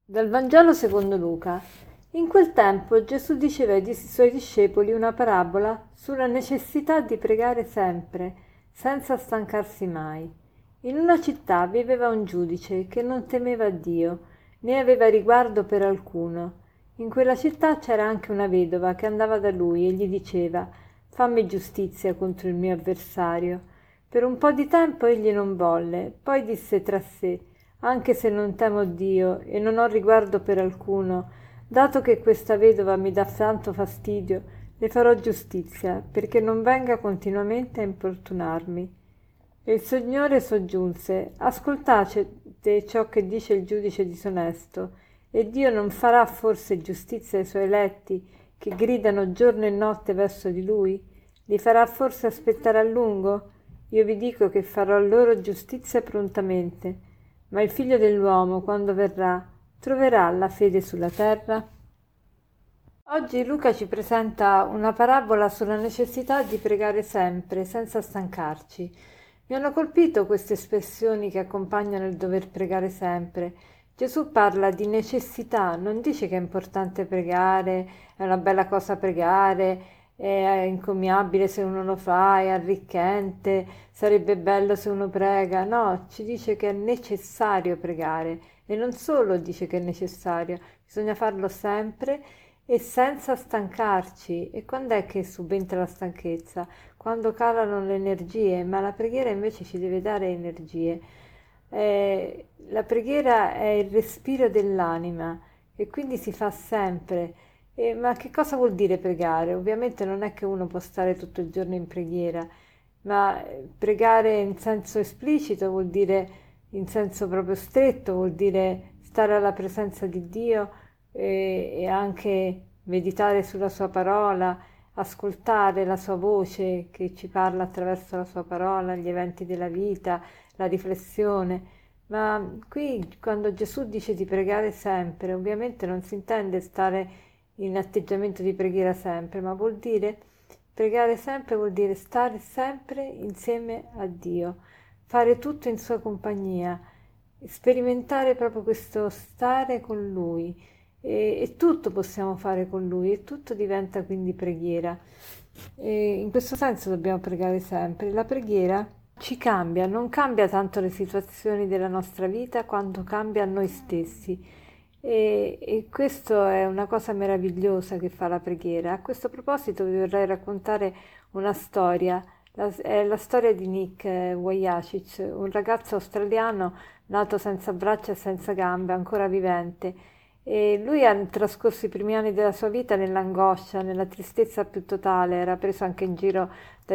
Dal Vangelo secondo Luca. In quel tempo Gesù diceva ai suoi discepoli una parabola sulla necessità di pregare sempre, senza stancarsi mai. In una città viveva un giudice che non temeva Dio, né aveva riguardo per alcuno. In quella città c'era anche una vedova che andava da lui e gli diceva: Fammi giustizia contro il mio avversario. Per un po' di tempo egli non volle, poi disse tra sé: Anche se non temo Dio e non ho riguardo per alcuno, dato che questa vedova mi dà tanto fastidio, le farò giustizia, perché non venga continuamente a importunarmi. E il Signore soggiunse: Ascoltate ciò che dice il giudice disonesto, e Dio non farà forse giustizia ai suoi eletti, che gridano giorno e notte verso di Lui? Li farà forse aspettare a lungo? Io vi dico che farò loro giustizia prontamente. Ma il Figlio dell'uomo, quando verrà, troverà la fede sulla terra? Oggi Luca ci presenta una parabola sulla necessità di pregare sempre, senza stancarci. Mi hanno colpito queste espressioni che accompagnano il dover pregare sempre. Gesù parla di necessità, non dice che è importante pregare, è una bella cosa pregare, è encomiabile se uno lo fa, è arricchente, sarebbe bello se uno prega. No, ci dice che è necessario pregare e non solo dice che è necessario, bisogna farlo sempre e senza stancarci. E quando è che subentra la stanchezza? Quando calano le energie, ma la preghiera invece ci deve dare energie. La preghiera è il respiro dell'anima e quindi si fa sempre. Ma che cosa vuol dire pregare? Ovviamente non è che uno può stare tutto il giorno in preghiera, ma pregare in senso esplicito vuol dire in senso proprio stretto, vuol dire stare alla presenza di Dio e anche meditare sulla sua parola, ascoltare la sua voce che ci parla attraverso la sua parola, gli eventi della vita, la riflessione. Ma qui quando Gesù dice di pregare sempre, ovviamente non si intende stare in atteggiamento di preghiera sempre, ma vuol dire pregare sempre, vuol dire stare sempre insieme a Dio, fare tutto in sua compagnia, sperimentare proprio questo stare con Lui e tutto possiamo fare con Lui e tutto diventa quindi preghiera. E in questo senso dobbiamo pregare sempre. La preghiera ci cambia, non cambia tanto le situazioni della nostra vita quanto cambia noi stessi. E questo è una cosa meravigliosa che fa la preghiera. A questo proposito vi vorrei raccontare una storia. È la storia di Nick Vujicic, un ragazzo australiano nato senza braccia e senza gambe, ancora vivente. E lui ha trascorso i primi anni della sua vita nell'angoscia, nella tristezza più totale, era preso anche in giro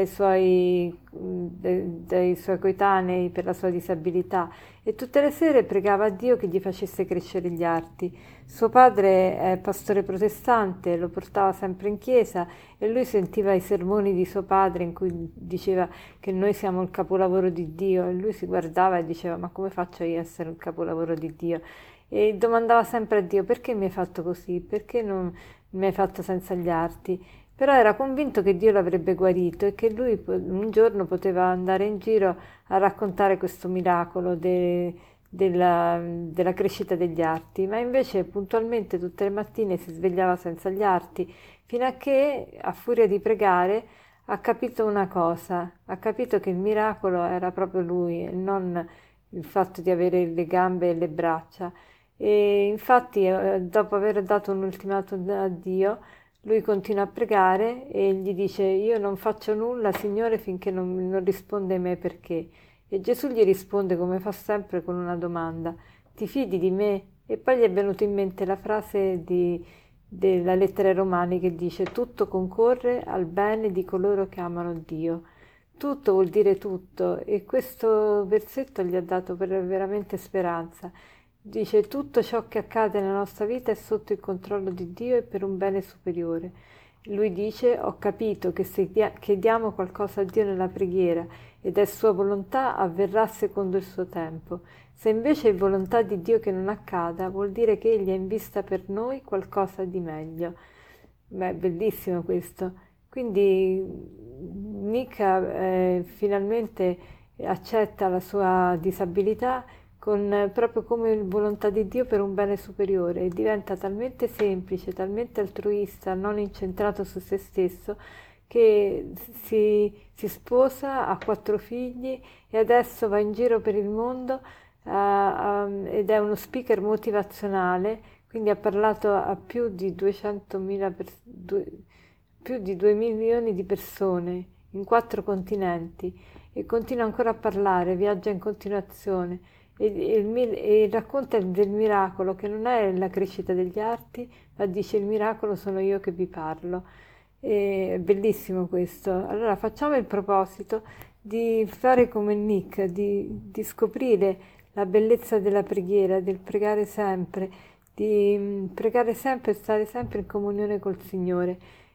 dai suoi coetanei per la sua disabilità e tutte le sere pregava a Dio che gli facesse crescere gli arti. Suo padre è pastore protestante, lo portava sempre in chiesa e lui sentiva i sermoni di suo padre in cui diceva che noi siamo il capolavoro di Dio e lui si guardava e diceva: ma come faccio io a essere il capolavoro di Dio? E domandava sempre a Dio: perché mi hai fatto così? Perché non mi hai fatto senza gli arti? Però era convinto che Dio l'avrebbe guarito e che lui un giorno poteva andare in giro a raccontare questo miracolo della crescita degli arti, ma invece puntualmente tutte le mattine si svegliava senza gli arti, fino a che, a furia di pregare, ha capito una cosa, ha capito che il miracolo era proprio lui e non il fatto di avere le gambe e le braccia. E infatti, dopo aver dato un ultimatum a Dio, lui continua a pregare e gli dice: Io non faccio nulla, Signore, finché non risponde ai miei perché. E Gesù gli risponde, come fa sempre, con una domanda: Ti fidi di me? E poi gli è venuta in mente la frase della lettera ai Romani che dice: Tutto concorre al bene di coloro che amano Dio. Tutto vuol dire tutto e questo versetto gli ha dato veramente speranza. Dice: tutto ciò che accade nella nostra vita è sotto il controllo di Dio e per un bene superiore. Lui dice: ho capito che se chiediamo qualcosa a Dio nella preghiera ed è sua volontà, avverrà secondo il suo tempo. Se invece è volontà di Dio che non accada, vuol dire che Egli ha in vista per noi qualcosa di meglio. Beh, bellissimo questo. Quindi Nika finalmente accetta la sua disabilità proprio come volontà di Dio per un bene superiore, e diventa talmente semplice, talmente altruista, non incentrato su se stesso, che si sposa, ha 4 figli e adesso va in giro per il mondo ed è uno speaker motivazionale, quindi ha parlato a più di 200.000 più di 2 milioni di persone in 4 continenti, e continua ancora a parlare, viaggia in continuazione e racconta del miracolo, che non è la crescita degli arti, ma dice: il miracolo sono io che vi parlo. È bellissimo questo. Allora facciamo il proposito di fare come Nick, di scoprire la bellezza della preghiera, del pregare sempre, di pregare sempre e stare sempre in comunione col Signore.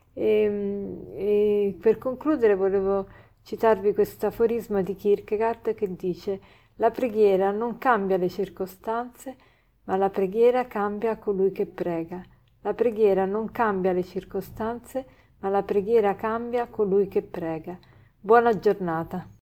E per concludere volevo citarvi questo aforisma di Kierkegaard che dice: la preghiera non cambia le circostanze, ma la preghiera cambia colui che prega. La preghiera non cambia le circostanze, ma la preghiera cambia colui che prega. Buona giornata.